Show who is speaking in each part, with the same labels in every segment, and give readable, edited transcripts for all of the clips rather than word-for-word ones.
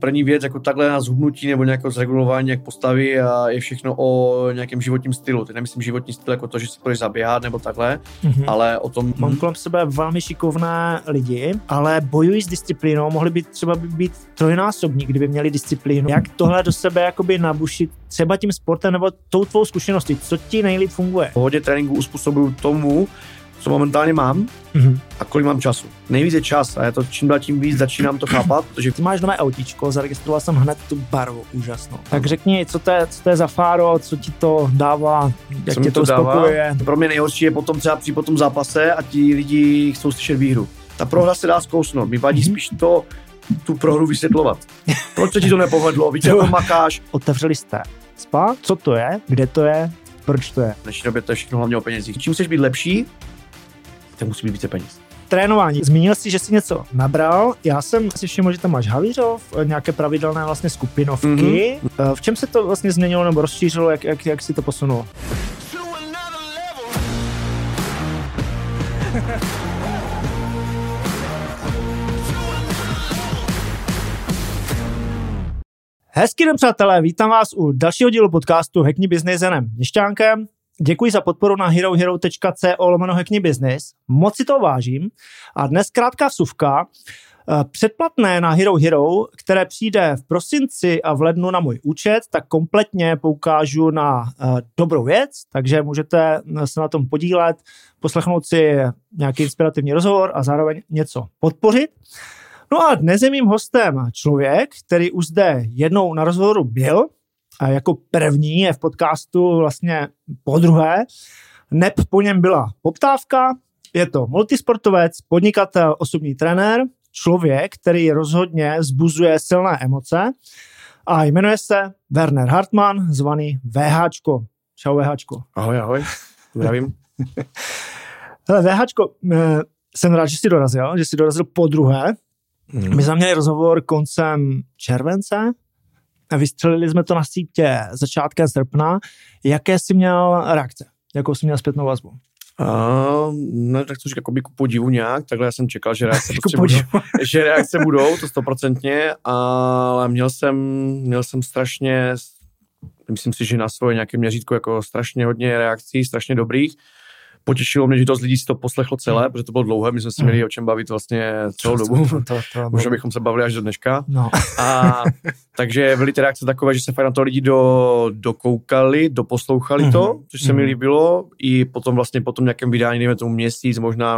Speaker 1: první věc jako takhle na zhubnutí nebo nějaké zregulování jak postavy a je všechno o nějakém životním stylu. Teď nemyslím životní styl jako to, že si půjdeš zaběhat nebo takhle, ale o tom...
Speaker 2: Mám kolem sebe velmi šikovné lidi, ale bojují s disciplínou, mohli by třeba být trojnásobní, kdyby měli disciplínu. Jak tohle do sebe jakoby nabušit třeba tím sportem nebo tou tvou zkušeností, co ti nejlíp funguje?
Speaker 1: Hodně tréninku uspůsobuju tomu, co momentálně mám a kolik mám času. Nejvíc je čas a já to čím dál tím víc začínám to chápat, protože...
Speaker 2: Ty máš nové autíčko, zaregistroval jsem hned tu barvu, úžasnou. Tak řekni, co to je za fáro, co ti to dává, jak tě to uspokojuje.
Speaker 1: Pro mě nejhorší je potom třeba při tom zápase a ti lidi chcou slyšet výhru. Ta prohra se dá zkousnout, mi vadí spíš tu prohru vysvětlovat. Proč se ti to nepovedlo, víš, jak makáš.
Speaker 2: Otevřeli jste spa, co to je, kde to je, proč to je?
Speaker 1: V dnešní době to je všechno hlavně o penězích. Čím chceš být lepší, tak musí být více peněz.
Speaker 2: Trénování. Zmínil jsi, že jsi něco nabral. Já jsem si všiml, že tam máš Havířov, nějaké pravidelné vlastně skupinovky. V čem se to vlastně změnilo nebo rozšířilo, jak si to posunulo? Hezký den, přátelé, vítám vás u dalšího dílu podcastu Hackni Business s Janem Měšťánkem. Děkuji za podporu na herohero.co/hacknibusiness. Moc si to vážím. A dnes krátká vsuvka. Předplatné na Hero Hero, které přijde v prosinci a v lednu na můj účet, tak kompletně poukážu na dobrou věc, takže můžete se na tom podílet, poslechnout si nějaký inspirativní rozhovor a zároveň něco podpořit. No a dnes je mým hostem člověk, který už zde jednou na rozhovoru byl, a jako první je v podcastu vlastně podruhé, neb po něm byla poptávka. Je to multisportovec, podnikatel, osobní trenér, člověk, který rozhodně vzbuzuje silné emoce a jmenuje se Werner Hartmann, zvaný VHčko. Čau VHčko.
Speaker 1: Ahoj, zdravím.
Speaker 2: Hele VHčko, jsem rád, že jsi dorazil podruhé. My jsme měli rozhovor koncem července a vystřelili jsme to na sítě začátkem srpna. Jaké jsi měl reakce? Jakou jsi měl zpětnou vazbu?
Speaker 1: No, tak to říká jako ku podivu nějak, takhle já jsem čekal, že reakce budou, to 100%, ale měl jsem strašně, myslím si, že na svoje nějaké měřítko jako strašně hodně reakcí, strašně dobrých. Potěšilo mě, že to z lidí si to poslechlo celé, protože to bylo dlouhé, my jsme si měli o čem bavit vlastně celou dobu. Možná bychom se bavili až do dneška.
Speaker 2: No.
Speaker 1: A takže byly ty reakce takové, že se fakt na to lidi dokoukali, doposlouchali to, což se mi líbilo. I potom vlastně po tom nějakém vydání, dejme tomu měsíc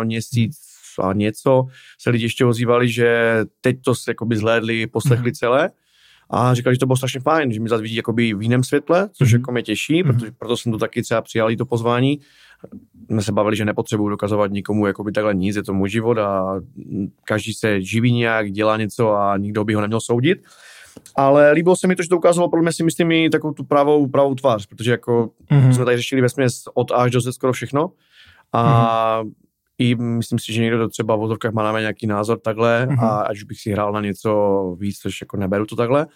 Speaker 1: a něco, se lidi ještě ozývali, že teď to se jakoby zhlédli, poslechli celé. A říkali, že to bylo strašně fajn, že mi zase vidí jakoby v jiném světle, což jako mě těší, protože proto jsem to taky třeba přijal to pozvání. My se bavili, že nepotřebuji dokazovat nikomu jakoby takhle nic, je to můj život a každý se živí nějak, dělá něco a nikdo by ho neměl soudit. Ale líbilo se mi to, že to ukázalo podle mě si myslím i takovou tu pravou tvář, protože jako jsme tady řešili vesměs od až do Z skoro všechno a i myslím si, že někdo to třeba v vozovkách má na mě nějaký názor takhle a ať už bych si hrál na něco víc, což jako neberu to takhle,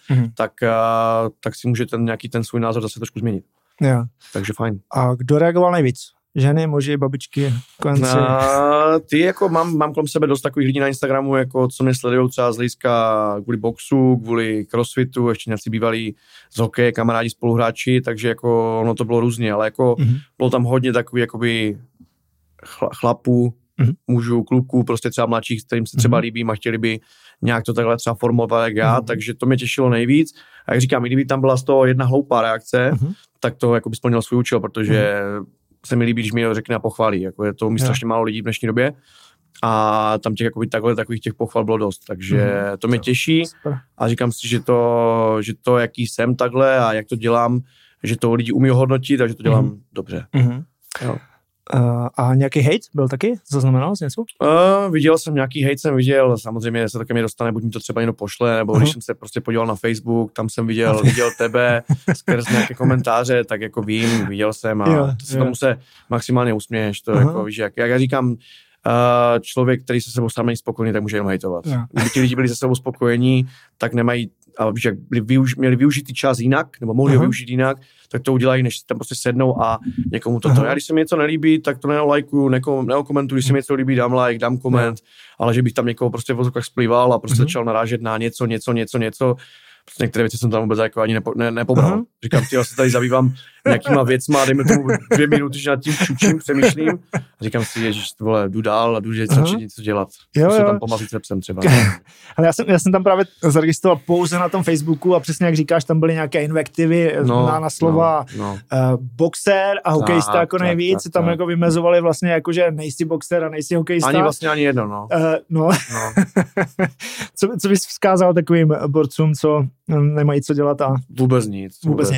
Speaker 1: tak si může ten svůj názor zase trošku změnit.
Speaker 2: Jo.
Speaker 1: Takže fajn.
Speaker 2: A kdo reagoval nejvíc? Ženy, muži, babičky, konci?
Speaker 1: Ty jako mám kolem sebe dost takových lidí na Instagramu, jako co mě sledují třeba z hlediska kvůli boxu, kvůli crossfitu, ještě nějací bývalí z hokeje, kamarádi, spoluhráči, takže jako ono to bylo různě, ale jako bylo tam hodně takový jakoby chlapů, mužů, kluků, prostě třeba mladších, kterým se třeba líbím a chtěli by nějak to takhle třeba formovat jak já, takže to mě těšilo nejvíc. A jak říkám, i kdyby tam byla z toho jedna hloupá reakce, tak to jako by splnilo svůj účel, protože se mi líbí, když mi to řekne a pochválí. Jako je to mi strašně málo lidí v dnešní době a tam těch takových těch pochval bylo dost, takže to mě těší a říkám si, že to jaký jsem takhle a jak to dělám, že to lidi umí hodnotit, takže to dělám dobře. Jo.
Speaker 2: A nějaký hate byl taky? Zaznamenal jsi něco?
Speaker 1: Viděl jsem nějaký hate, samozřejmě se také mi dostane, buď mi to třeba někdo pošle, nebo když jsem se prostě podíval na Facebook, tam jsem viděl tebe skrz nějaké komentáře, tak jako viděl jsem a tomu se maximálně usměješ, to jako víš, jak já říkám, člověk, který se sebou sám není spokojený, tak může jenom hejtovat. Kdyby ti lidi byli se sebou spokojení, tak nemají, a víš, jak měli využít čas jinak, nebo mohli ho využít jinak, tak to udělají, než tam prostě sednou a někomu toto. Já když se mi něco nelíbí, tak to nelajkuju, neokomentuju, když se mi něco líbí, dám like, dám koment, ale že bych tam někoho prostě v vozovkách splýval a prostě začal narážet na něco. Prostě některé věci jsem tam vůbec jako ani nepobral. Říkám, já se tady zabývám nějakýma věcma, dejme tomu 2 minuty, že nad tím čučím, přemýšlím a říkám si, ježiš, vole, jdu dál a jdu něco dělat. Se tam pomazit lepsem třeba.
Speaker 2: Ale já jsem tam právě zaregistroval pouze na tom Facebooku a přesně jak říkáš, tam byly nějaké invektivy na slova boxer a hokejista jako nejvíc. Tam jako vymezovali vlastně jako, že nejsi boxer a nejsi hokejista.
Speaker 1: Ani jedno,
Speaker 2: Co bys vzkázal takovým borcům, co nemají co dělat a...
Speaker 1: Vůbec nic.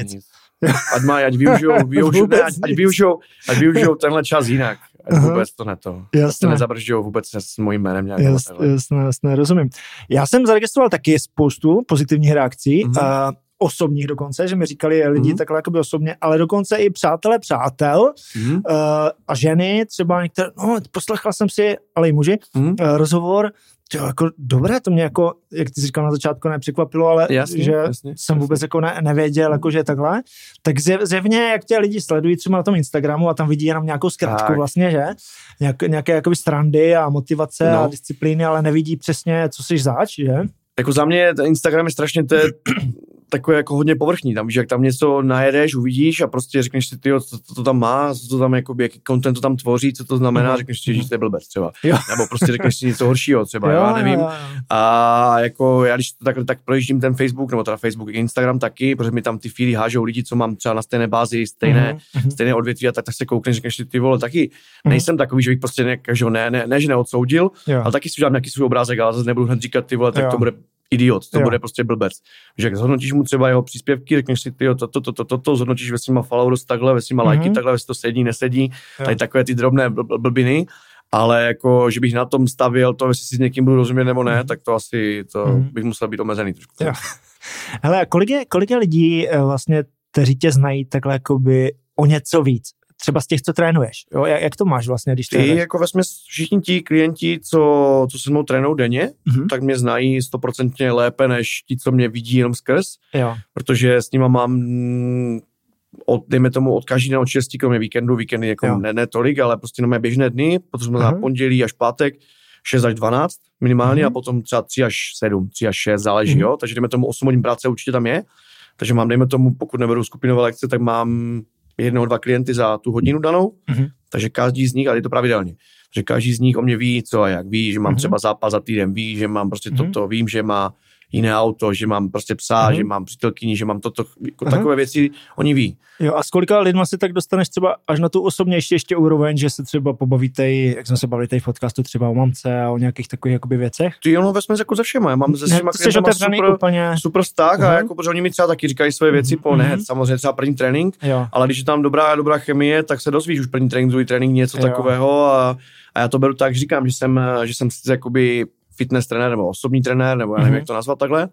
Speaker 1: Ať využijou tenhle čas jinak. Ať vůbec to Jasně. Nezabržujou vůbec s mojím jménem nějak.
Speaker 2: Jasně, rozumím. Já jsem zaregistroval taky spoustu pozitivních reakcí, osobních dokonce, že mi říkali lidi takhle jakoby osobně, ale dokonce i přátel a ženy, třeba některé, poslechla jsem si, ale i muži, rozhovor, jako dobré, to mě jako, jak ty jsi říkal na začátku, nepřekvapilo, ale jasně. Jsem vůbec jako nevěděl, jako, že takhle. Tak zjevně, jak tě lidi sledují třeba na tom Instagramu a tam vidí jenom nějakou zkratku vlastně, že? Nějaké jakoby strandy a motivace a disciplíny, ale nevidí přesně, co jsi zač, že?
Speaker 1: Jako za mě ten Instagram je strašně takové jako hodně povrchní, tam víš, jak tam něco najedeš, uvidíš a prostě řekneš si, tyjo, co to tam má, co to tam jakoby, jaký content to tam tvoří, co to znamená, řekneš si, že to je blbec třeba, nebo prostě řekneš si něco horšího třeba, já nevím. A jako já když to tak projíždím ten Facebook, nebo teda Facebook i Instagram taky, protože mi tam ty feedy hážou lidi, co mám třeba na stejné bázi, stejné odvětví a tak se koukneš, řekneš si, ty vole, taky nejsem takový, že bych prostě ne, že neodsoudil, ale taky si udělám nějaký svůj obrázek, ale zase nebudu hned říkat, ty vole, tak to bude idiot, to bude prostě blbec. Že jak zhodnotíš mu třeba jeho příspěvky, řekneš si, tyjo, to, zhodnotíš ve svýma followers takhle, ve svýma lajky takhle, jestli to sedí, nesedí, tady takové ty drobné blbiny, ale jako, že bych na tom stavěl to, jestli si s někým budu rozumět nebo ne, tak to asi, bych musel být omezený trošku.
Speaker 2: Hele, kolik je lidí vlastně, kteří tě znají takhle jakoby o něco víc? Třeba z těch, co trénuješ. Jo? Jak to máš vlastně, když trénuješ?
Speaker 1: Ty jako vesměs všichni ti klienti, co se mnou trénují denně, tak mě znají 100% lépe, než ti, co mě vidí jenom skrz. Jo. Protože s nima mám dejme tomu od každý den od 6 kromě víkendy jako ne tolik, ale prostě na mé běžné dny, protože jsme na pondělí až pátek 6 až 12 minimálně a potom třeba 3 až 7, 3 až 6 záleží, jo. Takže dejme tomu 8 hodin práce určitě tam je. Takže mám, dejme tomu, pokud neberu skupinové lekce, tak mám 1-2 klienty za tu hodinu danou, takže každý z nich, ale je to pravidelně, že každý z nich o mě ví, co a jak, ví, že mám třeba zápas za týden, ví, že mám prostě toto, vím, že má jiné auto, že mám prostě psa, že mám přítelkyni, že mám toto, jako takové věci, oni ví.
Speaker 2: Jo, a s kolika lidma se tak dostaneš třeba až na tu osobnější ještě úroveň, že se třeba pobavíte, jak jsme se bavili tady v podcastu třeba o mamce a o nějakých takových jakoby věcech?
Speaker 1: Ty ono vesměs jako ze všema, já mám se všema klientama super vztah a jako, protože oni mi třeba taky říkají svoje věci samozřejmě třeba první trénink, ale když je tam dobrá chemie, tak se dozvíš už první trénink, druhý trénink, něco takového a já to beru tak, říkám, že jsem jakoby fitness trenér nebo osobní trenér, nebo já nevím, jak to nazvat takhle.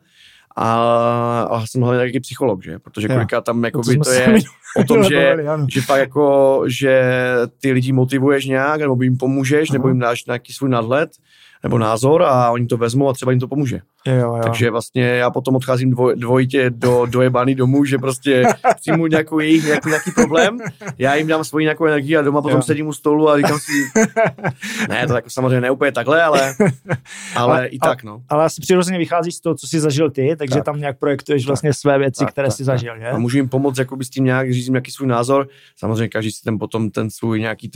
Speaker 1: A jsem hlavně taky psycholog, že? Protože kolikrát tam jakoby to je o tom, že fakt jako, že ty lidi motivuješ nějak, nebo jim pomůžeš, nebo jim dáš nějaký svůj nadhled, nebo názor a oni to vezmou a třeba jim to pomůže.
Speaker 2: Jo.
Speaker 1: Takže vlastně já potom odcházím dvojitě dojebaný domů, že prostě přijmu nějaký problém, já jim dám svoji nějakou energii a doma potom sedím u stolu a říkám si, ne, to jako samozřejmě ne úplně takhle, ale i tak, no.
Speaker 2: Ale asi přirozeně vycházíš z toho, co jsi zažil ty, takže tam nějak projektuješ vlastně své věci, které jsi zažil, že?
Speaker 1: A můžu jim pomoct jakoby s tím nějak, říct jim nějaký svůj názor, samozřejmě každý si potom ten svůj nějaký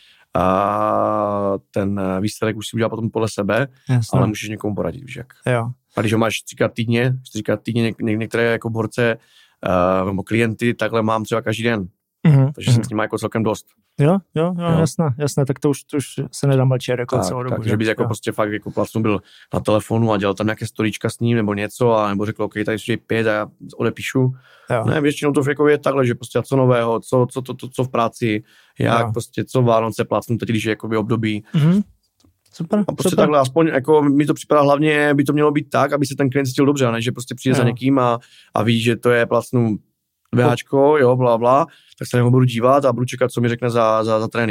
Speaker 1: a ten výsledek už si udělá potom podle sebe, ale můžeš někomu poradit, víš jak.
Speaker 2: Jo.
Speaker 1: A když ho máš 3x týdně některé jako borce nebo klienty, takhle mám třeba každý den. Takže jsem s nimi jako celkem dost.
Speaker 2: Jo, jasné, tak to už se nedá mlčet jako celou dobu.
Speaker 1: Takže bys jako prostě fakt jako placnu byl na telefonu a dělal tam nějaké storíčka s ním nebo něco a nebo řekl, OK, tady jsou 5 a já odepíšu. Jo. Ne, většinou to jako je takhle, že prostě co nového, co v práci, jak prostě co Vánoce placnu teď, když je jakoby období.
Speaker 2: Super,
Speaker 1: a prostě takhle aspoň jako mi to připadá hlavně, by to mělo být tak, aby se ten klient cítil dobře, a ne, že prostě přijde za někým a ví, že to je VHčko, jo, bla, tak se na něho budu dívat a budu čekat, co mi řekne za trénink.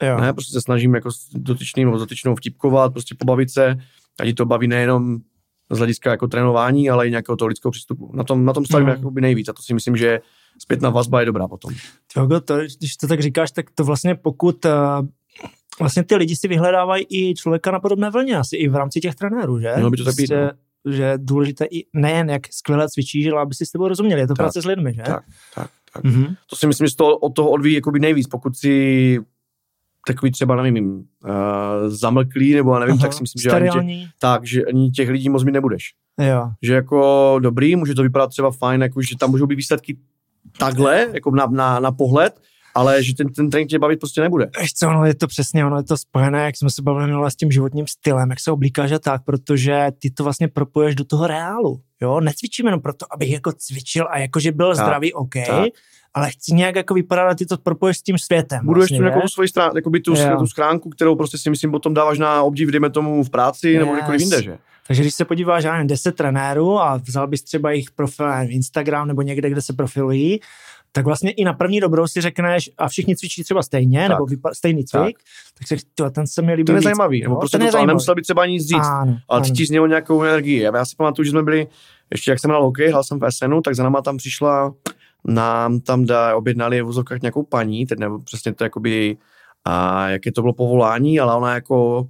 Speaker 2: Jo.
Speaker 1: Ne, prostě se snažím jako s dotyčným nebo dotyčnou vtipkovat, prostě pobavit se, a ti to baví nejenom z hlediska jako trénování, ale i nějakého toho lidského přístupu. Na tom stavím jakoby nejvíc a to si myslím, že zpětná vazba je dobrá potom.
Speaker 2: Když to tak říkáš, tak to vlastně pokud vlastně ty lidi si vyhledávají i člověka na podobné vlně, asi i v rámci těch trenérů, že?
Speaker 1: Mělo by to tak být, no.
Speaker 2: Že je důležité i nejen jak skvěle cvičíš, ale aby si s tebou rozuměli. Je to práce s lidmi, že?
Speaker 1: Tak. Mm-hmm. To si myslím, že od toho odvíjí jakoby nejvíc. Pokud si takový třeba, nevím, zamlklý, nebo nevím, tak si myslím, že ani těch lidí moc mít nebudeš.
Speaker 2: Jo.
Speaker 1: Že jako dobrý, může to vypadat třeba fajn, jako, že tam můžou být výsledky takhle, jako na pohled, ale že ten trénink tě bavit prostě nebude.
Speaker 2: Víš co, ono je to spojené, jak jsme se bavili s tím životním stylem, jak se oblíkáš a tak, protože ty to vlastně propoješ do toho reálu, jo, necvičím jenom proto, abych jako cvičil a jakože byl zdravý, OK, ale chci nějak jako vypadat a ty to propoješ s tím světem.
Speaker 1: Buduješ vlastně, tu nějakou svoji stránku, jakoby tu schránku, kterou prostě si myslím potom dáváš na obdiv, dejme tomu v práci nebo kdekoliv jinde, že?
Speaker 2: Takže když se podíváš na 10 trenérů a vzal bys třeba jejich profil Instagram nebo někde, kde se profilují, tak vlastně i na první dobrou si řekneš, a všichni cvičí třeba stejně, nebo stejný cvik, tak si řekneš, ten se mi líbí.
Speaker 1: To je zajímavý, nebo prostě to nemusel být třeba nic říct, ale cítíš z něho nějakou energii. Já si pamatuju, že jsme byli, ještě jak jsem hrál hokej, hrál jsem v SNu, tak za náma tam přišla, nám tam objednali v vozovkách nějakou paní, teď nebo přesně to jakoby, a jaké to bylo povolání, ale ona jako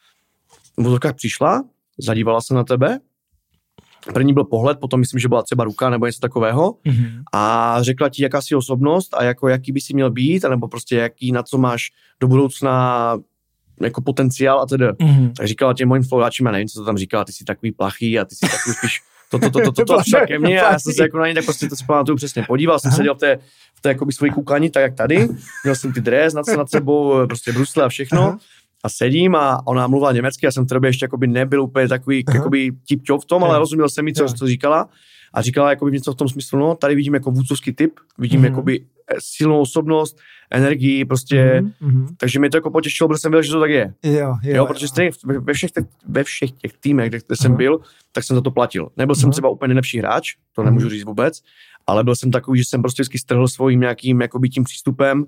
Speaker 1: v vozovkách přišla, zadívala se na tebe, první byl pohled, potom myslím, že byla třeba ruka nebo něco takového a řekla ti, jaká jsi osobnost a jako jaký by si měl být, nebo prostě jaký, na co máš do budoucna jako potenciál a tedy. Tak říkala těm mojim spoluhráčům, já nevím, co to tam říkala, ty jsi takový plachý a ty jsi takový spíš to však ke mně a já jsem se jako na ní tak prostě to si pamatuju přesně podíval, jsem seděl v té jakoby svojí kukani, tak jak tady, měl jsem ty dres nad sebou, prostě brusle a všechno. A sedím a ona mluvila německy, já jsem v té době ještě jakoby nebyl úplně takový jakoby tip-top v tom, ale rozuměl jsem mi, co říkala. A říkala jakoby něco v tom smyslu, no, tady vidím jako vůdcovský typ, vidím jakoby silnou osobnost, energii, prostě, takže mě to jako potěšilo, protože jsem věděl, že to tak je. Jo, protože ve všech těch týmech, kde jsem byl, tak jsem za to platil. Nebyl jsem třeba úplně nejlepší hráč, to nemůžu říct vůbec, ale byl jsem takový, že jsem prostě vždycky strhl svým nějakým jakoby tím přístupem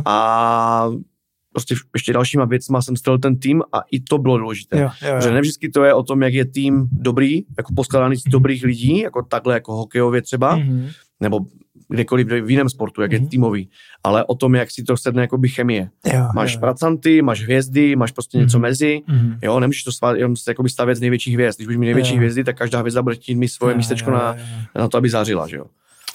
Speaker 1: a prostě ještě dalšíma věcma jsem strhl ten tým a i to bylo důležité. Že ne vždycky to je o tom, jak je tým dobrý, jako poskladaný z dobrých lidí, jako takhle, jako hokejově třeba, nebo kdekoliv v jiném sportu, jak je týmový, ale o tom, jak si to sedne jakoby chemie. Máš pracanty, máš hvězdy, máš prostě něco mezi, jo, nemůžeš to jenom jakoby stavět z největších hvězd. Když budeš mít největší hvězdy, tak každá hvězda bude chtít mít svoje místečko na to, aby zářila, že jo.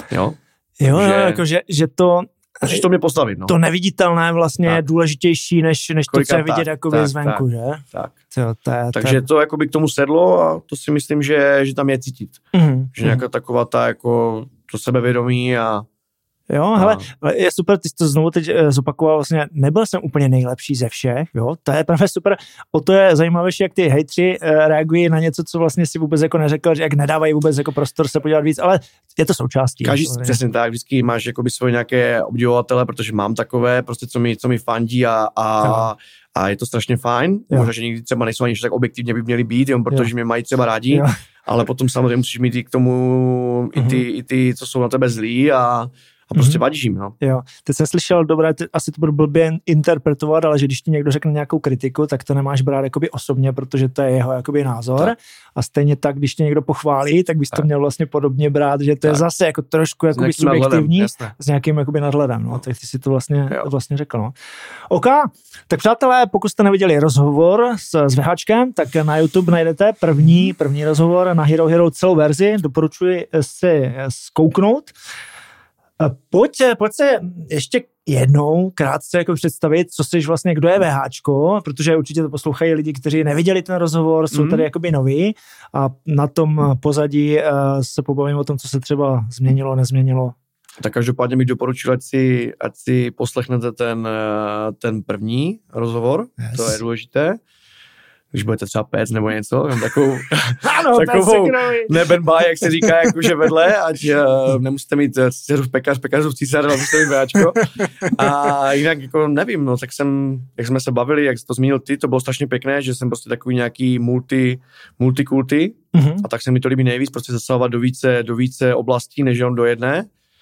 Speaker 2: Jo, že to
Speaker 1: můžeš to mě postavit, no.
Speaker 2: To neviditelné vlastně je důležitější, než to, co je vidět jakoby zvenku, že?
Speaker 1: Tak.
Speaker 2: Takže
Speaker 1: to jakoby k tomu sedlo a to si myslím, že tam je cítit. Že nějaká taková ta jako to sebevědomí a
Speaker 2: Jo, hele, je super, ty jsi to znovu teď zopakoval, vlastně nebyl jsem úplně nejlepší ze všech, jo, to je právě super, o to je zajímavější, jak ty hejtři reagují na něco, co vlastně si vůbec jako neřekl, že jak nedávají vůbec jako prostor se podívat víc, ale je to součástí.
Speaker 1: Každý přesně tak, vždycky máš jakoby svoje nějaké obdivovatele, protože mám takové, prostě co mi fandí a je to strašně fajn, možná, že někdy třeba nejsou ani tak objektivně by měli být, jenom protože mě mají třeba rádi, ale potom samozřejmě musíš mít i k tomu i ty, co jsou na tebe zlí a prostě vadíš jim, no.
Speaker 2: Jo, teď jsem slyšel, dobré, asi to budu blbě interpretovat, ale že když ti někdo řekne nějakou kritiku, tak to nemáš brát jakoby osobně, protože to je jeho jakoby názor. Tak. A stejně tak, když tě někdo pochválí, tak bys to měl vlastně podobně brát, že to je zase jako trošku jakoby subjektivní s nějakým jakoby nadhledem, no. Tak ty si to vlastně řekl, no. OK, tak přátelé, pokud jste neviděli rozhovor s VHčkem, tak na YouTube najdete první rozhovor na Hero Hero celou verzi, doporučuji si zkouknout. Pojď se ještě jednou krátce jako představit, co jsi vlastně, kdo je VHčko, protože určitě to poslouchají lidi, kteří neviděli ten rozhovor, jsou tady jakoby noví a na tom pozadí se pobavím o tom, co se třeba změnilo, nezměnilo.
Speaker 1: Tak každopádně bych doporučil, ať si poslechnete ten první rozhovor, to je důležité. Když budete třeba péct nebo něco, takovou nebenbaj, jak se říká, jakože vedle, ať nemusíte mít císařův pekař, pekařův císař, ale musíte mít VHčko. A jinak jako nevím, no, tak jak jsme se bavili, jak jsi to zmínil ty, to bylo strašně pěkné, že jsem prostě takový nějaký multikulty a tak se mi to líbí nejvíc, prostě zasahovat do více oblastí, než jenom do jedné.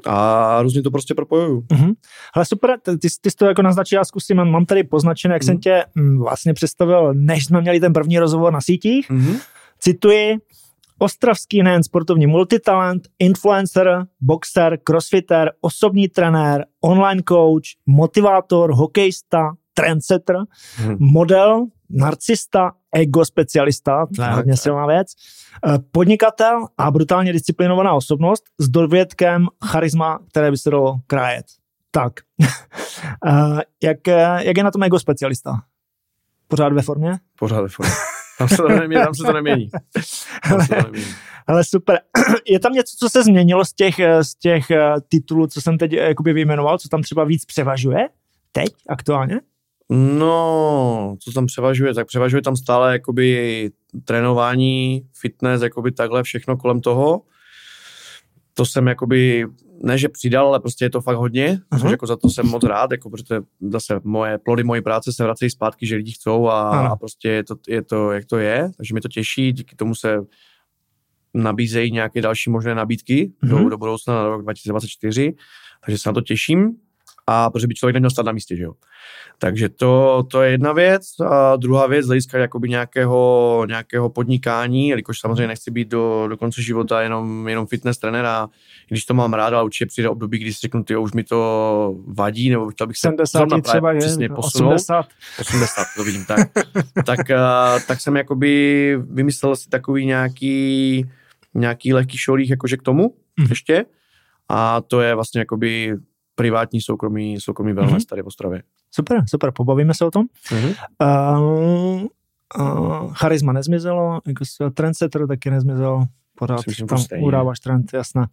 Speaker 1: A různě to prostě propojuju.
Speaker 2: Ale super, ty jsi to jako naznačil, já zkusím, mám tady poznačené, jak jsem tě vlastně představil, než jsme měli ten první rozhovor na sítích. Cituji, ostravský nejen sportovní multitalent, influencer, boxer, crossfitter, osobní trenér, online coach, motivátor, hokejista, trendsetter, model, narcista, ego specialista, to je hodně silná věc, podnikatel a brutálně disciplinovaná osobnost s dovětkem charisma, které by se dalo krájet. Tak, jak je na tom ego specialista? Pořád ve formě?
Speaker 1: Pořád ve formě. Tam se to nemění.
Speaker 2: Ale super. Je tam něco, co se změnilo z těch titulů, co jsem teď jakoby vyjmenoval, co tam třeba víc převažuje teď aktuálně?
Speaker 1: No, co tam převažuje? Tak převažuje tam stále jakoby trénování, fitness, jakoby takhle všechno kolem toho. To jsem jakoby, ne že přidal, ale prostě je to fakt hodně, což jako za to jsem moc rád, jako protože zase plody mojí práce se vracejí zpátky, že lidi chcou a prostě je to, jak to je, takže mě to těší, díky tomu se nabízejí nějaké další možné nabídky do budoucna na rok 2024, takže se na to těším. A protože by člověk neměl stát na místě, že jo. Takže to je jedna věc. A druhá věc, z hlediska jakoby nějakého podnikání, jelikož samozřejmě nechci být do konce života jenom fitness trenér a když to mám rád, ale určitě přijde období, kdy si řeknu, už mi to vadí, nebo chtěl bych se
Speaker 2: 70 třeba,
Speaker 1: přesně posunout. 80, to vidím tak. tak jsem jakoby vymyslel si takový nějaký lehký šolích jakože k tomu ještě. A to je vlastně jakoby privátní soukromý wellness tady v Ostravě.
Speaker 2: Super, pobavíme se o tom. Charisma nezmizelo, jako trendsetter taky nezmizelo, pořád tam udáváš trend, jasné.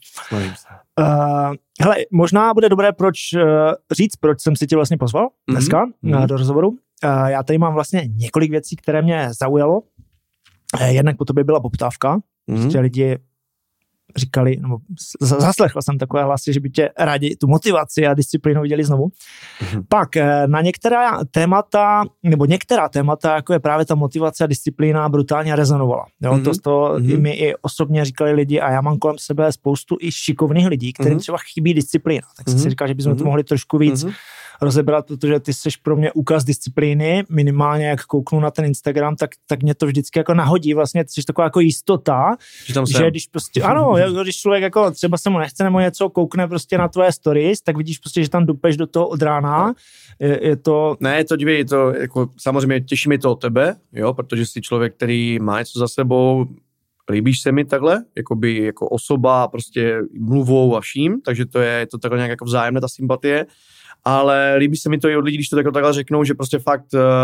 Speaker 2: Hele, možná bude dobré říct, proč jsem si tě vlastně pozval dneska do rozhovoru. Já tady mám vlastně několik věcí, které mě zaujalo. Jednak po tobě byla poptávka, prostě lidi říkali, nebo zaslechl jsem takové hlasy, že by tě rádi tu motivaci a disciplínu viděli znovu. Pak na některá témata, jako je právě ta motivace a disciplína, brutálně rezonovala. Jo, to mi i osobně říkali lidi a já mám kolem sebe spoustu i šikovných lidí, kterým třeba chybí disciplína. Tak jsem si říkal, že bychom to mohli trošku víc rozebrat, protože ty jsi pro mě úkaz disciplíny, minimálně jak kouknu na ten Instagram, tak mě to vždycky jako nahodí, vlastně ty jsi taková jako jistota, že když prostě, ano, když člověk jako třeba se mu nechce nebo něco, koukne prostě na tvoje stories, tak vidíš prostě, že tam dupeš do toho od rána, je to... Ne,
Speaker 1: je to jako, samozřejmě těší mi to od tebe, jo, protože jsi člověk, který má něco za sebou, líbíš se mi takhle, jako osoba, prostě mluvou a vším, takže to je to takhle nějak jako vzájemné, ta sympatie. Ale líbí se mi to i od lidí, když to takhle řeknou, že prostě fakt,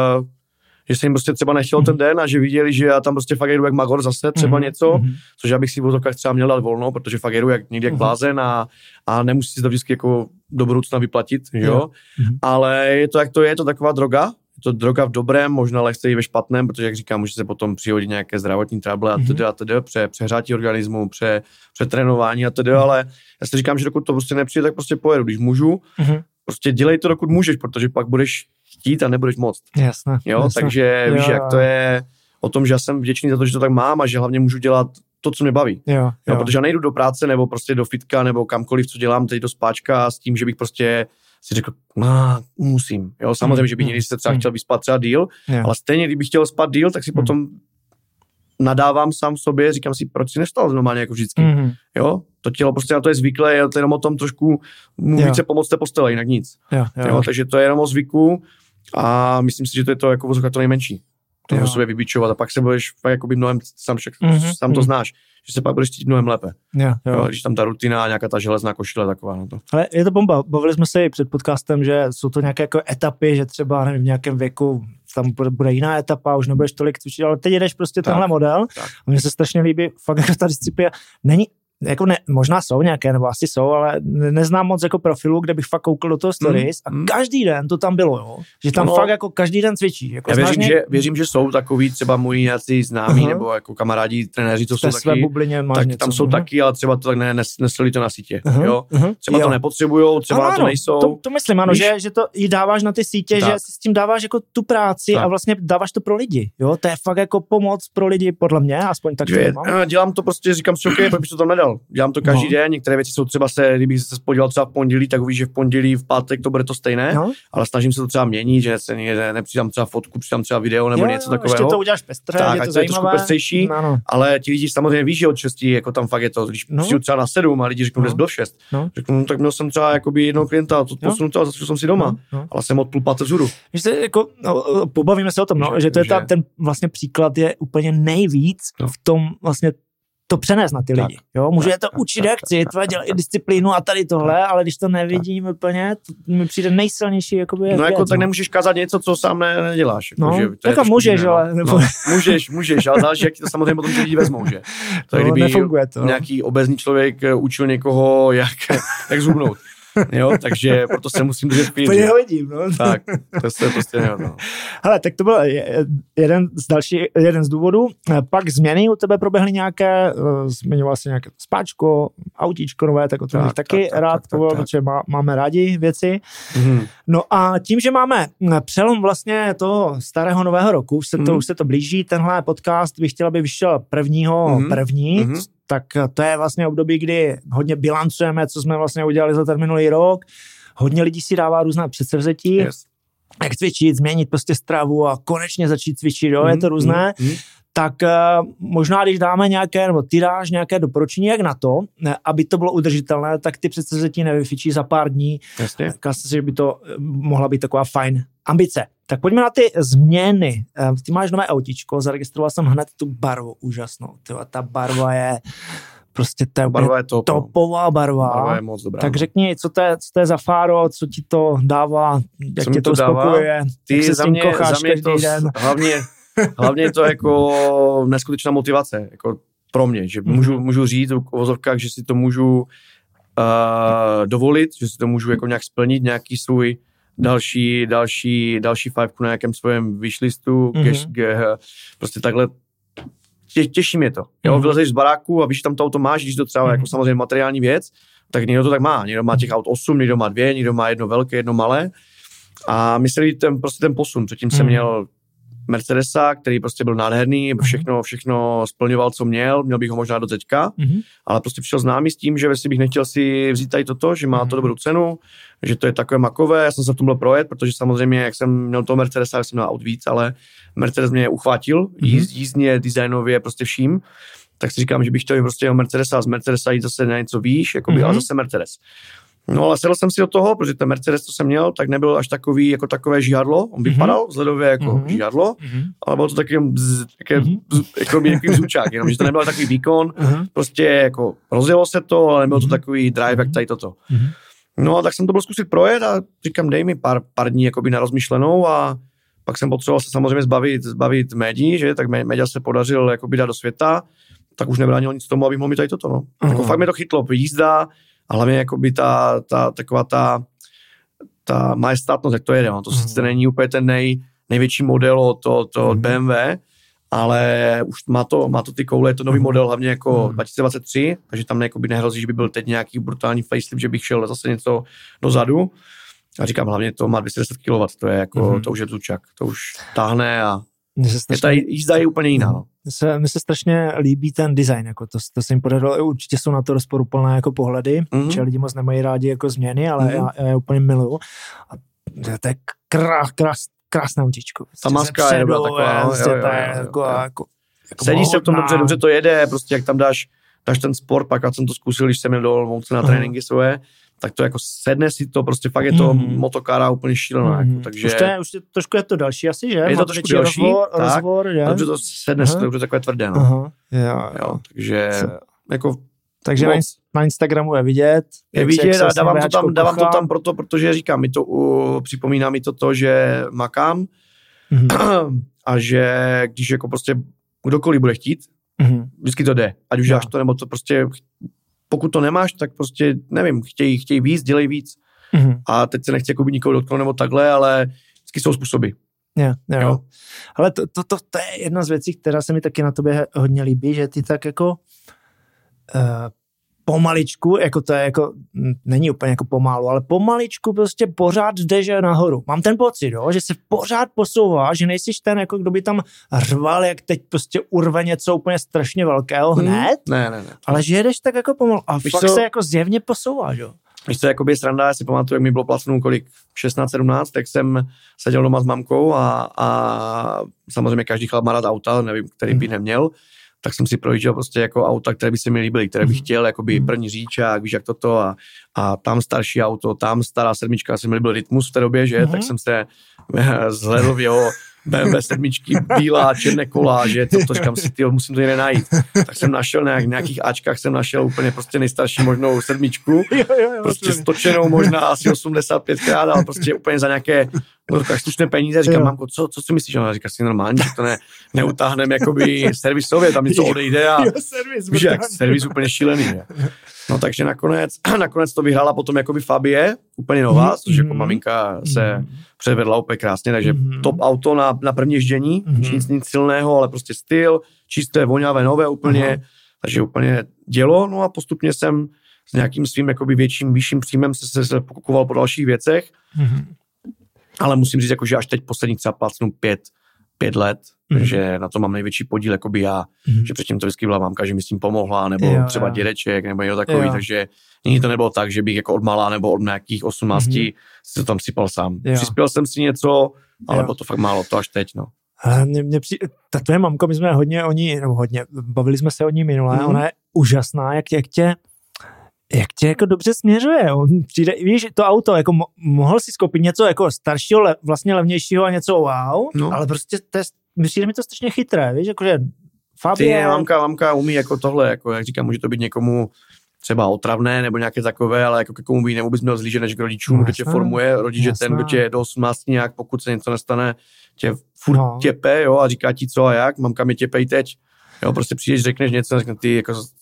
Speaker 1: že se jim prostě třeba nechtěl ten den a že viděli, že já tam prostě fakt jedu jak magor zase třeba něco, což já bych si v úzovkách třeba měl dát volno, protože fakt jedu někdy jak blázen a nemusí si to vždycky jako do budoucna vyplatit, jo. Ale je to, jak to je to taková droga. Je to droga v dobrém, možná lehce i ve špatném, protože, jak říkám, může se potom přihodit nějaké zdravotní trable a td. Přehrátí organismu, přetrénování a td. Ale já si říkám, že dokud to prostě nepřijde, tak prostě pojedu, když můžu. Prostě dělej to, dokud můžeš, protože pak budeš chtít a nebudeš moct.
Speaker 2: Jasné.
Speaker 1: Takže víš, jak to je o tom, že já jsem vděčný za to, že to tak mám a že hlavně můžu dělat to, co mě baví. Jo. Protože já nejdu do práce nebo prostě do fitka nebo kamkoliv, co dělám, teď do spáčka s tím, že bych prostě si řekl, musím. Jo, samozřejmě, že bych někdy se třeba chtěl vyspat třeba díl, ale stejně, kdybych chtěl spát díl, tak si potom nadávám sám sobě, říkám si, proč si nevstal normálně jako vždycky. Jo, to tělo prostě na to je zvyklé, je to jenom o tom trošku více pomoct té postele, jinak nic. Jo, takže to je jenom o zvyku a myslím si, že to je to jako to nejmenší. To sobě vybičovat a pak se budeš fakt jakoby mnohem, sám to znáš, že se pak budeš cítit mnohem lépe. Jo, když tam ta rutina a nějaká ta železná košile taková. No to.
Speaker 2: Ale je to bomba. Bavili jsme se i před podcastem, že jsou to nějaké jako etapy, že třeba nevím, v nějakém věku tam bude jiná etapa, už nebudeš tolik cvičit, ale teď jedeš prostě tenhle model. A mně se strašně líbí fakt jako ta disciplína. Není jako možná jsou nějaké, nebo asi jsou, ale neznám moc jako profilu, kde bych fakt koukl do toho stories a každý den to tam bylo, jo? Že tam fakt jako každý den cvičí. Jako
Speaker 1: já věřím, že jsou takový třeba moji nějací známí nebo jako kamarádi, trenéři, to jsou taky.
Speaker 2: Své bublině
Speaker 1: tak tam jsou taky, ale třeba to tak neslí to na sítě, jo? Třeba to nepotřebujou, třeba na to nejsou.
Speaker 2: To myslím, ano, že to i dáváš na ty sítě, že si s tím dáváš jako tu práci a vlastně dáváš to pro lidi, jo? To je fakt jako pomoc pro lidi, podle mě, aspoň tak.
Speaker 1: Dělám to prostě, říkám si, OK, proč bych to tam nedal. dělal. Dělám to každý den, některé věci jsou třeba kdybych se podíval třeba v pondělí, tak uvidíš, že v pondělí, v pátek to bude to stejné, ale snažím se to třeba měnit, že se nepřidám třeba fotku, přidám třeba video nebo něco takového.
Speaker 2: Ještě to uděláš pestře,
Speaker 1: tak,
Speaker 2: je to
Speaker 1: zajímavé. Je trošku pestřejší, ale ti lidi samozřejmě víš, že od 6, jako tam fakt je to, když přijdu třeba na 7 a lidi řeknou, dnes byl 6. Řeknu, tak měl jsem třeba jakoby jednoho klienta, to posunu to a začal jsem si doma, ale jsem od 5:30 vzhůru.
Speaker 2: Jako, pobavíme se o tom, že to je ten vlastně příklad je úplně nejvíc v tom vlastně to přenést na ty lidi. Jo? Můžu je to učit, jak chci, dělat disciplínu a tady tohle, ale když to nevidím úplně, to mi přijde nejsilnější jakoby
Speaker 1: jako tak nemůžeš kázat něco, co sám neděláš.
Speaker 2: Jako můžeš, ale...
Speaker 1: Můžeš, ale záleží, jak ti to samozřejmě potom lidi vezmou, že? To kdyby
Speaker 2: nefunguje to.
Speaker 1: Nějaký obézní člověk učil někoho, jak zhubnout. Jo, takže proto se musím držet v
Speaker 2: klíži. To vidím,
Speaker 1: Tak, to se prostě nehodno.
Speaker 2: Hele, tak to byl jeden z důvodů. Pak změny u tebe proběhly nějaké, zmiňoval jsi nějaké spáčko, autíčko nové, tak o tom bych taky rád povolil, protože máme rádi věci. No a tím, že máme přelom vlastně toho starého nového roku, už se to blíží, tenhle podcast bych chtěl, aby vyšel první, tak to je vlastně období, kdy hodně bilancujeme, co jsme vlastně udělali za ten minulý rok. Hodně lidí si dává různá předsevzetí, jak cvičit, změnit prostě stravu a konečně začít cvičit, je to různé. Tak možná, když dáme nějaké, nebo ty dáš nějaké doporučení, jak na to, aby to bylo udržitelné, tak ty předsevzetí nevyfičí za pár dní. Myslím, že by to mohla být taková fajn ambice. Tak pojďme na ty změny. Ty máš nové autíčko, zaregistroval jsem hned tu barvu úžasnou. Ta barva je prostě topová barva.
Speaker 1: Barva je moc dobrá.
Speaker 2: Tak řekni, co to je za fáro, co ti to dává, jak tě to uspokojuje, jak se s tím kocháš každý den.
Speaker 1: Hlavně je to jako neskutečná motivace, jako pro mě, že můžu říct v vozovkách, že si to můžu dovolit, že si to můžu jako nějak splnit, nějaký svůj další fajfku na nějakém svém wishlistu, prostě takhle těší mě to. Jo, vylezeš z baráku a víš, tam to auto máš, když to třeba jako samozřejmě materiální věc, tak někdo to tak má. Někdo má těch aut 8, někdo má 2, někdo má jedno velké, jedno malé. A mysleli ten posun. Předtím jsem měl Mercedesa, který prostě byl nádherný, všechno splňoval, co měl bych ho možná do teďka, ale prostě přišel známý s tím, že jestli bych nechtěl si vzít tady toto, že má to dobrou cenu, že to je takové makové, já jsem se v tom byl projet, protože samozřejmě, jak jsem měl toho Mercedesa, jak jsem měl aut víc, ale Mercedes mě uchvátil, jízdně, designově, prostě vším, tak si říkám, že bych chtěl prostě Mercedesa, z Mercedesa jít zase na něco výš, ale zase Mercedes. No ale sedl jsem si do toho, protože ten Mercedes, co jsem měl, tak nebyl až takový, jako takové žihadlo. On vypadal vzhledově jako žihadlo, ale bylo to takový zvučák, jenom že to nebyl takový výkon, prostě jako rozjelo se to, ale nebylo to takový drive, jak tady toto. No a tak jsem to byl zkusit projet a říkám, dej mi pár dní jakoby na rozmyšlenou a pak jsem potřeboval se samozřejmě zbavit médií, že, tak média se podařil jakoby dát do světa, tak už nebránilo nic tomu, abych mohl mít tady toto, no. Jako fakt mě to chytlo, jízda, a hlavně jakoby ta majestátnost, jak to jede, no. To sice není úplně ten největší model od BMW, ale už má to ty koule, je to nový model, hlavně jako 2023, takže tam nehrozí, že by byl teď nějaký brutální facelift, že bych šel zase něco dozadu. A říkám, hlavně to má 210 kW, to je jako, to už je bzučák, to už táhne a ta jízda je úplně jiná, no.
Speaker 2: Mně se strašně líbí ten design, jako to se jim podařilo, určitě jsou na to rozporuplné jako pohledy, že lidi moc nemají rádi jako změny, ale já je úplně miluju. A to je krásné autíčko.
Speaker 1: Ta maska je dobrá taková, sedí se v tom dobře to jede, prostě jak tam dáš ten sport, pak já jsem to zkusil, když jsem jel do Olomouce na tréninky svoje, tak to jako sedne si to, prostě fakt je to motokára úplně šílená. Jako, takže...
Speaker 2: Už trošku je to další asi, že?
Speaker 1: Je to trošku další,
Speaker 2: rozvor, že?
Speaker 1: Dobře to sedne, to je takové tvrdé, no. Jo, takže jako...
Speaker 2: Takže na Instagramu je vidět.
Speaker 1: A dávám to tam protože říkám, připomíná mi to, že makám a že když jako prostě kdokoliv bude chtít, vždycky to jde. Ať už dáš to, nebo to prostě, pokud to nemáš, tak prostě, nevím, chtějí víc, dělej víc. A teď se nechci jako nikoho dotknout nebo takhle, ale vždycky jsou způsoby.
Speaker 2: Jo. Ale to je jedna z věcí, která se mi taky na tobě hodně líbí, že ty tak jako pomaličku, jako to je jako, není úplně jako pomalu, ale pomaličku prostě pořád jde, že nahoru. Mám ten pocit, jo, že se pořád posouvá, že nejsiš ten, jako kdo by tam řval, jak teď prostě urve něco úplně strašně velkého hned,
Speaker 1: Ne.
Speaker 2: ale že jedeš tak jako pomalu a
Speaker 1: Víš
Speaker 2: fakt
Speaker 1: co?
Speaker 2: se jako zjevně posouvá, jo.
Speaker 1: Víš co, jakoby sranda, já si pamatuju, jak mi bylo placnou kolik, 16-17, tak jsem seděl doma s mamkou a samozřejmě každý chlap má rád auta, nevím, který by neměl, tak jsem si projížděl prostě jako auta, které by se mi líbily, které bych chtěl, jakoby první říčák, víš jak toto a tam starší auto, tam stará sedmička, se mi líbil Rytmus v té době, že, tak jsem se zhledl v jeho BMW sedmičky, bílá, černé kola, že to říkám si, tyjo, musím to někde najít. Tak jsem našel na nějakých Ačkách, jsem našel úplně prostě nejstarší možnou sedmičku, prostě stočenou možná asi 85krát, ale prostě úplně za nějaké slušné peníze. Říkám, mamko, co si myslíš? Ona říká, si normálně, že to neutáhneme jakoby servisově, tam něco odejde a víš, jak servis úplně šílený. Je. No takže nakonec to vyhrála potom jakoby Fabie, úplně nová, což jako maminka se předvedla úplně krásně, takže top auto na první ježdění, nic silného, ale prostě styl, čisté, voňavé, nové úplně, takže úplně dělo, no a postupně jsem s nějakým svým jakoby vyšším příjmem se pokukoval po dalších věcech, ale musím říct, jako, že až teď poslední třeba placnu 5 let, že na to mám největší podíl, jakoby já, že předtím to vždycky byla mámka, že mi s tím pomohla, nebo třeba dědeček, nebo něco takový, takže nikdy to nebylo tak, že bych jako od malá nebo od nějakých 18 si to tam sypal sám. Přispěl jsem si něco, ale bylo to fakt málo, to až teď, no.
Speaker 2: Ta tvoje mamka, my jsme hodně, bavili jsme se o ní minule, ona je úžasná, jak tě jako dobře směřuje. Přijde, víš, to auto, jako mohl si skoupit něco jako staršího, vlastně levnějšího a něco wow, ale prostě přijde mi to strašně chytré, víš, jakože Fabie.
Speaker 1: Mamka umí jako tohle, jako jak říkám, může to být někomu třeba otravné nebo nějaké takové, ale jako k komu by měl zlížet než k rodičům, kdo tě formuje, rodič je ten, kdo tě do 18 nějak, pokud se něco nestane, tě furt těpe, jo, a říká ti co a jak, mamka mi těpej teď, jo, prostě přijdeš, řekneš něco, řekne ty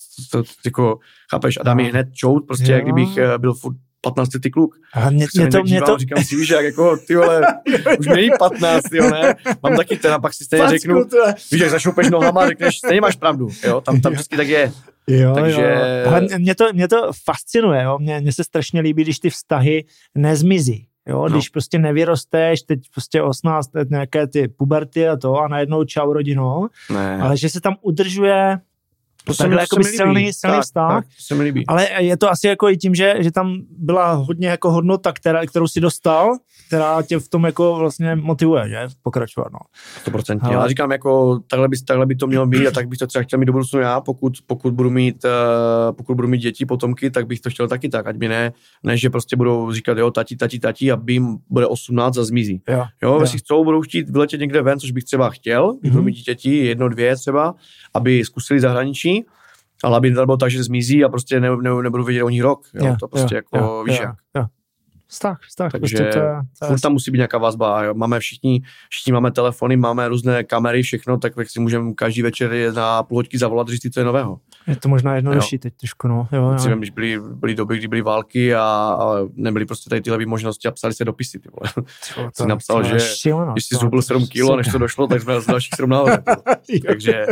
Speaker 1: jako chápeš, a dá mi hned čout, prostě jak kdybych byl furt 15letý kluk.
Speaker 2: A mě to...
Speaker 1: Říkám si, víš, jak jako, ty vole, už není 15, jo, ne? Mám taky ten a pak si stejně řeknu, víš, jak zašoupeš nohama, řekneš, stejně máš pravdu, jo, tam vždycky tak je.
Speaker 2: Jo,
Speaker 1: takže...
Speaker 2: Ale mě to fascinuje, jo, mně se strašně líbí, když ty vztahy nezmizí. Jo, když prostě nevyrosteš, teď prostě 18 let nějaké ty puberty a to a najednou čau rodino, ale že se tam udržuje takhle jako silný vztah,
Speaker 1: to se mi líbí.
Speaker 2: Ale je to asi jako i tím, že tam byla hodně jako hodnota, kterou si dostal, která tě v tom jako vlastně motivuje, že, pokračovat, no.
Speaker 1: 100%. Já říkám, jako takhle by to mělo být a tak bych to třeba chtěl mít do budoucnu já, pokud budu mít děti, potomky, tak bych to chtěl taky tak, ať mi ne, že prostě budou říkat, jo, tati a bým bude 18 a zmizí. Jo, jestli budou chtít vyletět někde ven, což bych třeba chtěl, když budu mít děti, 1, 2 třeba, aby zkusili zahraničí, ale aby to bylo tak, že zmizí a prostě nebudu vědět o ní rok. Jo? To prostě jako víš jak.
Speaker 2: Vztah.
Speaker 1: Takže
Speaker 2: prostě
Speaker 1: furt tam musí být nějaká vazba. Jo? Máme všichni máme telefony, máme různé kamery, všechno, tak si můžeme každý večer na půl hoďky zavolat, říct, co je nového.
Speaker 2: Je to možná jednodušší teď trošku, no. Jo.
Speaker 1: Když byly doby, kdy byly války a nebyly prostě tady tyhle možnosti a psali se dopisy. Ty vole. Jsi napsal, že když jsi zhubil 7 kilo, než to došlo, tak jsme z dalších 7 nahoře. takže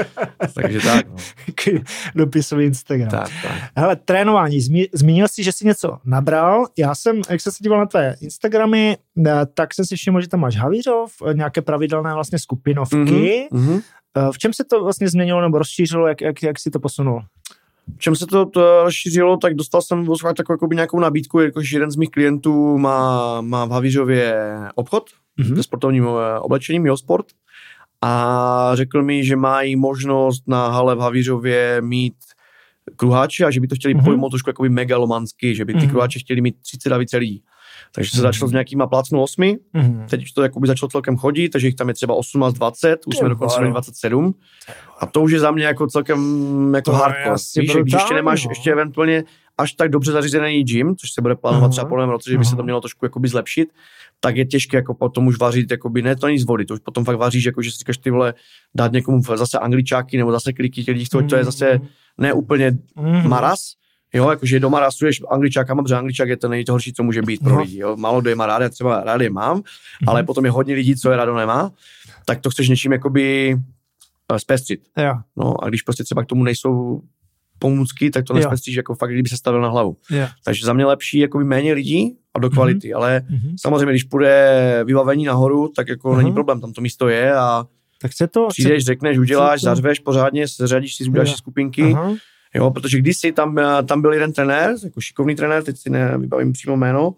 Speaker 1: tak. No.
Speaker 2: Dopisový Instagram.
Speaker 1: Tak.
Speaker 2: Hele, trénování. Zmínil jsi, že jsi něco nabral. Já jsem, jak jsem se díval na tvé Instagramy, tak jsem si všiml, že tam máš Havířov, nějaké pravidelné vlastně skupinovky. V čem se to vlastně změnilo nebo rozšířilo, jak si to posunul?
Speaker 1: V čem se to rozšířilo, tak dostal jsem takovou nějakou nabídku, jakož jeden z mých klientů má v Havířově obchod se sportovním oblečením, Miosport, a řekl mi, že mají možnost na hale v Havířově mít kruháče a že by to chtěli pojmout trošku jakoby megalomansky, že by ty kruháče chtěli mít 30 a více lidí. Takže se začalo s nějakýma plácnu 8, teď už to jakoby začalo celkem chodit, takže jich tam je třeba 18, 20, už jsme dokonce měli 27 a to už je za mě jako celkem jako hardcore. Víš, když ještě nemáš ještě eventuálně až tak dobře zařízený gym, což se bude plánovat třeba po novém roce, že by se to mělo trošku jakoby zlepšit, tak je těžké jako potom už vařit, jakoby ne to ani z vody, to už potom fakt vaříš, jako že si říkáš, ty vole, dát někomu zase angličáky nebo zase kliky těch lidí, to je zase ne úplně maras. Jo, jakože doma rasuješ angličákama, protože angličák je to nejhorší, co může být pro lidi. Jo. Málo kdo je má rád, já třeba rád je mám, ale potom je hodně lidí, co je rádo nemá, tak to chceš něčím jakoby zpestřit.
Speaker 2: Jo.
Speaker 1: No a když prostě třeba k tomu nejsou pomůcky, tak to nespestříš jako fakt, kdyby se stavil na hlavu. Takže za mě lepší jakoby méně lidí a do kvality, ale samozřejmě, když půjde vybavení nahoru, tak jako není problém, tam to místo je a
Speaker 2: tak to,
Speaker 1: přijdeš, řekneš, uděláš, zařveš pořádně, seřadíš si, uděláš si skupinky, jo, protože kdysi tam byl jeden trenér, jako šikovný trenér, teď si nevybavím přímo jméno,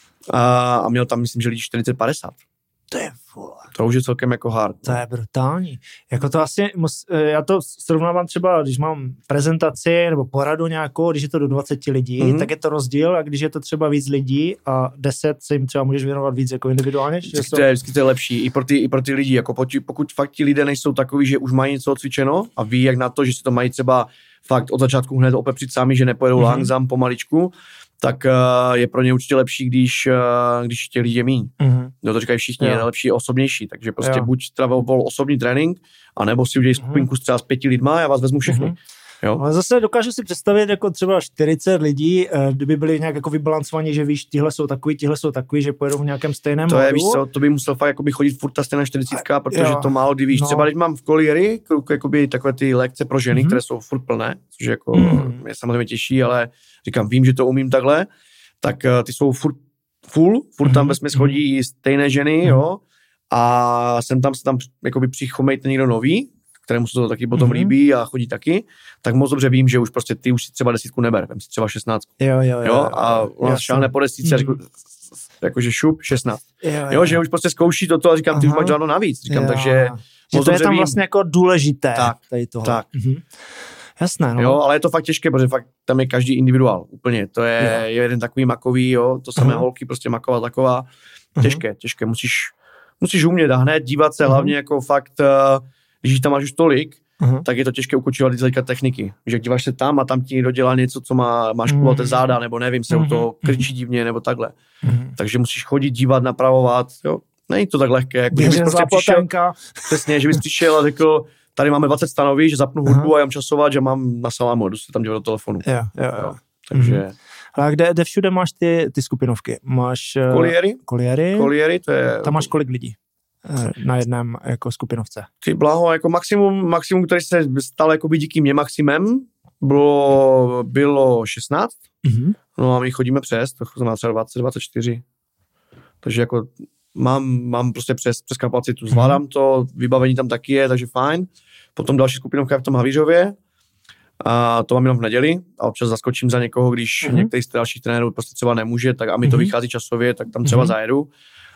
Speaker 1: a měl tam, myslím, že lidi 40-50.
Speaker 2: To je vole.
Speaker 1: To už je celkem jako hard.
Speaker 2: To je brutální. Jako to asi, já to srovnávám třeba, když mám prezentaci nebo poradu nějakou, když je to do 20 lidí, tak je to rozdíl, a když je to třeba víc lidí a 10 se jim třeba můžeš věnovat víc jako individuálně.
Speaker 1: Vždycky to je lepší i pro ty lidi, jako pokud fakt ti lidé nejsou takový, že už mají něco odcvičeno a ví jak na to, že si to mají třeba fakt od začátku hned opepřit sami, že nepojedou langsam pomaličku, tak je pro ně určitě lepší, když těch lidí je míň. No to říkají všichni, je lepší, osobnější, takže prostě buď vol osobní trénink, anebo si udělej skupinku třeba s 5 lidma, já vás vezmu všechny. Jo? Ale
Speaker 2: zase dokážu si představit jako třeba 40 lidí, kdyby byli nějak jako vybalancovaní, že víš, tihle jsou takový, že pojedou v nějakém stejném
Speaker 1: modu. Víš co, to by musel fakt jakoby chodit furt ta stejná 40, protože to málo kdy víš. Třeba když mám v Colliery jakoby takové ty lekce pro ženy, které jsou furt plné, což jako mě samozřejmě těší, ale říkám, vím, že to umím takhle, tak ty jsou furt tam vesměs chodí stejné ženy, jo, a se tam jakoby přichomejte někdo nový, kterému se to taky potom líbí a chodí taky, tak moc dobře vím, že už prostě ty už si třeba 10 neber, vem si třeba 16.
Speaker 2: Jo,
Speaker 1: a u nás šáhne po 10 a řekl, jakože šup 16. Jo, že už prostě zkouší toto a říkám, ty už máš žádno navíc. Říkám, takže
Speaker 2: moc to je tam vím. Vlastně jako důležité. Tady toho.
Speaker 1: Tak.
Speaker 2: Jasné, no.
Speaker 1: Jo, ale je to fakt těžké, protože fakt tam je každý individuál, úplně. To je jeden takový makový, jo, to samé holky, prostě maková taková. Těžké, musíš umět a hned dívat se hlavně jako fakt, když tam máš už tolik, tak je to těžké ukočovat z hlediska techniky. Že díváš se tam a tam ti někdo dělá něco, co máš kulaté záda, nebo nevím, se u toho krčí divně, nebo takhle. Takže musíš chodit, dívat, napravovat, jo. Není to tak lehké, jako že bys prostě přišel, přesně, že bys přišel a řekl, tady máme 20 stanoví, že zapnu hudbu a jám časovat, že mám na salámu, jdu se tam dělat do telefonu.
Speaker 2: Jo.
Speaker 1: Takže...
Speaker 2: A kde všude máš ty skupinovky? Máš Colliery,
Speaker 1: to je...
Speaker 2: Tam máš kolik lidí na jednom jako skupinovce?
Speaker 1: Ty blaho, jako maximum, který se stal jako by díky mě maximem, bylo 16. No a my chodíme přes, to znamená třeba 20, 24. Takže jako mám prostě přes kapacitu, zvládám to, vybavení tam taky je, takže fajn. Potom další skupinovka je v tom Havířově, a to mám jenom v neděli a občas zaskočím za někoho, když některý z dalších trenérů prostě třeba nemůže, tak a mi to vychází časově, tak tam třeba zajedu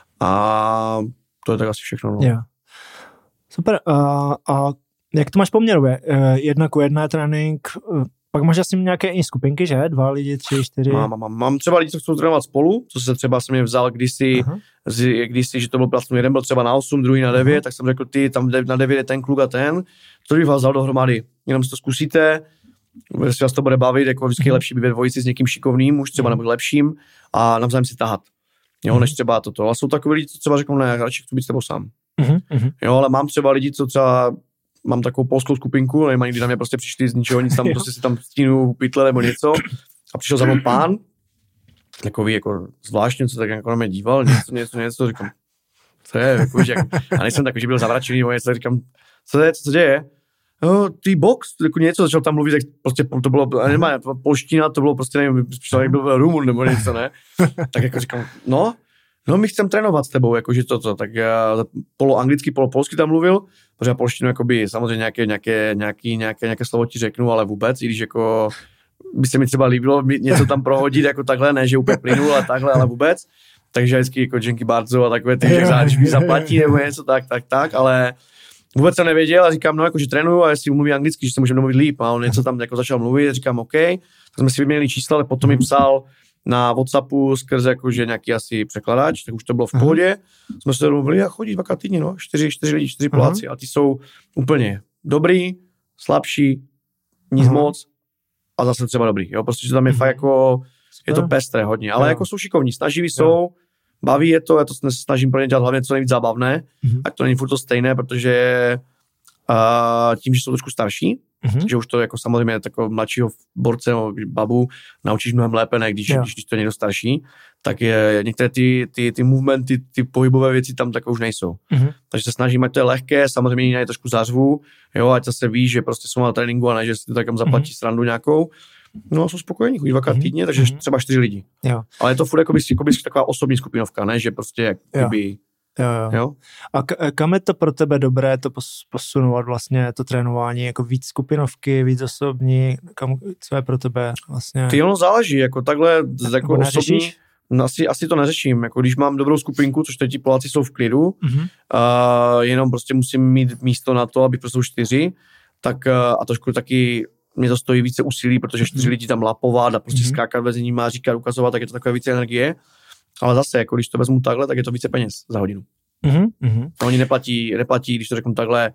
Speaker 1: a to je tak asi všechno. No.
Speaker 2: Yeah. Super. A jak to máš poměrově? 1:1 trénink, pak máš asi nějaké i skupinky, že? 2 lidi, 3, 4?
Speaker 1: Mám třeba lidi, co chcou trénovat spolu, co se třeba jsem mě vzal kdysi, že to byl vlastně jeden byl třeba na 8, druhý na 9, tak jsem řekl, ty tam na 9 je ten kluk a ten, to bych vás vzal dohromady. Jenom si to zkusíte, jestli vás to bude bavit, jako vždycky je lepší být ve dvojici s někým šikovným, už třeba nebo lepším a navzájem si tahat. Jo, než třeba toto. A jsou takový lidi, co třeba řeknou, ne, radši chci být s tebou sám. Jo, ale mám třeba lidi, co třeba mám takovou polskou skupinku, nevím, kdy na mě prostě přišli z ničeho nic, tam prostě si tam stínu pytle nebo něco a přišel za mnou pán, takový jako zvláštně, co tak jako na mě díval, něco, říkám, co je, jako, že a nejsem takový, že byl zavračený nebo něco, říkám, co se děje? No, ty box, jako něco, začal tam mluvit, tak prostě to bylo, nemá, polština, to bylo prostě, nevím, přišel, jak byl Rumun nebo něco, ne? Tak jako říkám, no, my chcem trénovat s tebou, jakože toto, tak já poloanglicky, polopolsky tam mluvil, protože já polštinu, jakoby, samozřejmě nějaké slovo ti řeknu, ale vůbec, i když jako by se mi třeba líbilo něco tam prohodit, jako takhle, ne, že úplně plynul a takhle, ale vůbec, takže vždycky jako dzięki bardzo a takové ty, že když mi zaplatí nebo něco, tak, ale vůbec jsem nevěděl a říkám, no jakože trénuju a jestli umluví anglicky, že se můžeme mluvit líp a on něco tam jako začal mluvit, říkám OK, tak jsme si vyměnili čísla, ale potom mi psal na WhatsAppu skrze jakože nějaký asi překladač, tak už to bylo v pohodě, jsme se domluvili a chodí 2krát týdně, no, 4 lidi, 4 Poláci a ty jsou úplně dobrý, slabší, nic moc a zase třeba dobrý, jo, prostě tam je fakt jako, je to pestré hodně, ale jako jsou šikovní, snaživí jsou, baví je to, já to snažím pro ně dělat hlavně co nejvíc zábavné, ať to není furt to stejné, protože tím, že jsou trošku starší, že už to jako samozřejmě takového mladšího borce nebo babu naučíš mnohem lépe, ne když to je někdo starší, tak je některé ty movementy, ty pohybové věci tam takové už nejsou. Takže se snažím, ať to je lehké, samozřejmě jinak trošku zařvu, jo, ať zase víš, že prostě jsou na tréninku a ne, že si to takam zaplatí srandu nějakou. No, jsou spokojení, chodí 2krát týdně, takže třeba 4 lidi. Jo. Ale je to furt jako taková osobní skupinovka, ne, že prostě jakoby... Jo.
Speaker 2: A kam je to pro tebe dobré to posunovat vlastně to trénování, jako víc skupinovky, víc osobní, co je pro tebe vlastně?
Speaker 1: Ty ono záleží, jako takhle jako osobní, asi to neřeším, jako když mám dobrou skupinku, což teď ti Poláci jsou v klidu, jenom prostě musím mít místo na to, abych prostě 4, tak a trošku taky mě to stojí více úsilí, protože 4 lidi tam lapovat a prostě skákat mezi nimi a říkat, ukazovat, tak je to takové více energie. Ale zase, jako když to vezmu takhle, tak je to více peněz za hodinu. A oni neplatí, když to řeknu takhle,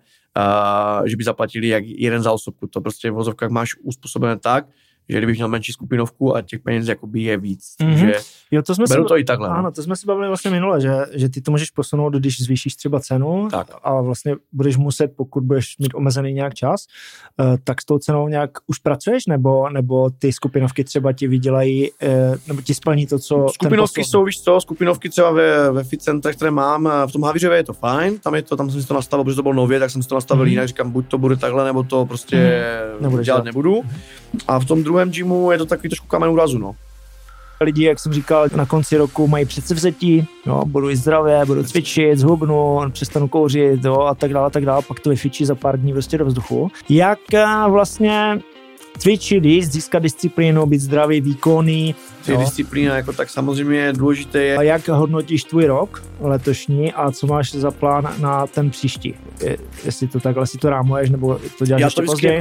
Speaker 1: že by zaplatili jak jeden za osobku. To prostě v vozovkách máš uspůsobené tak, že kdybych měl menší skupinovku a těch peněz jakoby je víc. Takže beru to i takhle.
Speaker 2: Ano, to jsme si bavili vlastně minule, že ty to můžeš posunout, když zvýšíš třeba cenu a vlastně budeš muset, pokud budeš mít omezený nějak čas, tak s tou cenou nějak už pracuješ, nebo ty skupinovky třeba ti vydělají, nebo ti splní to, co...
Speaker 1: Skupinovky jsou, víš co, skupinovky třeba ve fit centrech, které mám, v tom Havířově je to fajn, tam jsem si to nastavil, protože to bylo nově, tak jsem si to nastavil jinak, říkám, buď to bude takhle, nebo to prostě dělat nebudu. A v tom druhém gymu je to takový trošku kamen úrazu, no.
Speaker 2: Lidi, jak jsem říkal, na konci roku mají předsevzetí, budu jít zdravě, budu cvičit, zhubnu, přestanu kouřit, a tak dále, pak to vyfičí za pár dní prostě do vzduchu. Jak vlastně cvičit, získat disciplínu, být zdravý, výkonný.
Speaker 1: Disciplína jako tak samozřejmě důležité je.
Speaker 2: A jak hodnotíš tvůj rok letošní a co máš za plán na ten příští? Jestli to takhle si to rámuješ, nebo to děláš ještě později?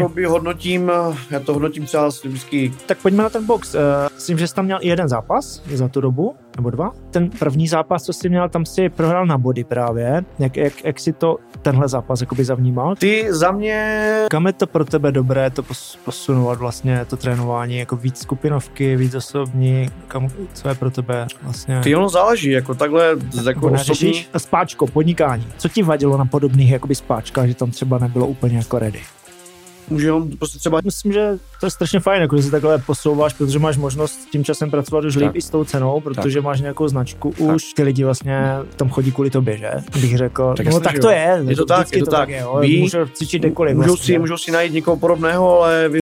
Speaker 1: Já to hodnotím třeba vždycky.
Speaker 2: Tak pojďme na ten box. Myslím, že jsi tam měl i jeden zápas za tu dobu, nebo 2. Ten první zápas, co jsi měl, tam si prohrál na body právě. Jak si to tenhle zápas jakoby zavnímal?
Speaker 1: Ty za mě...
Speaker 2: Kam je to pro tebe dobré to posunovat vlastně to trénování, jako víc skupinovky, víc osobní, co je pro tebe vlastně?
Speaker 1: Ty ono záleží, jako takhle jako osobní...
Speaker 2: Spáčko, podnikání. Co ti vadilo na podobných jakoby spáčkách, že tam třeba nebylo úplně jako ready?
Speaker 1: Může on prostě třeba...
Speaker 2: Myslím, že to je strašně fajn, jako, že se takhle posouváš, protože máš možnost tím časem pracovat už líp i s tou cenou, protože máš nějakou značku už, ty lidi vlastně tam chodí kvůli tobě, že? Bych řekl,
Speaker 1: tak
Speaker 2: no tak to je.
Speaker 1: Je to tak,
Speaker 2: můžou cvičit kdekoliv.
Speaker 1: Můžou si najít někoho podobného, ale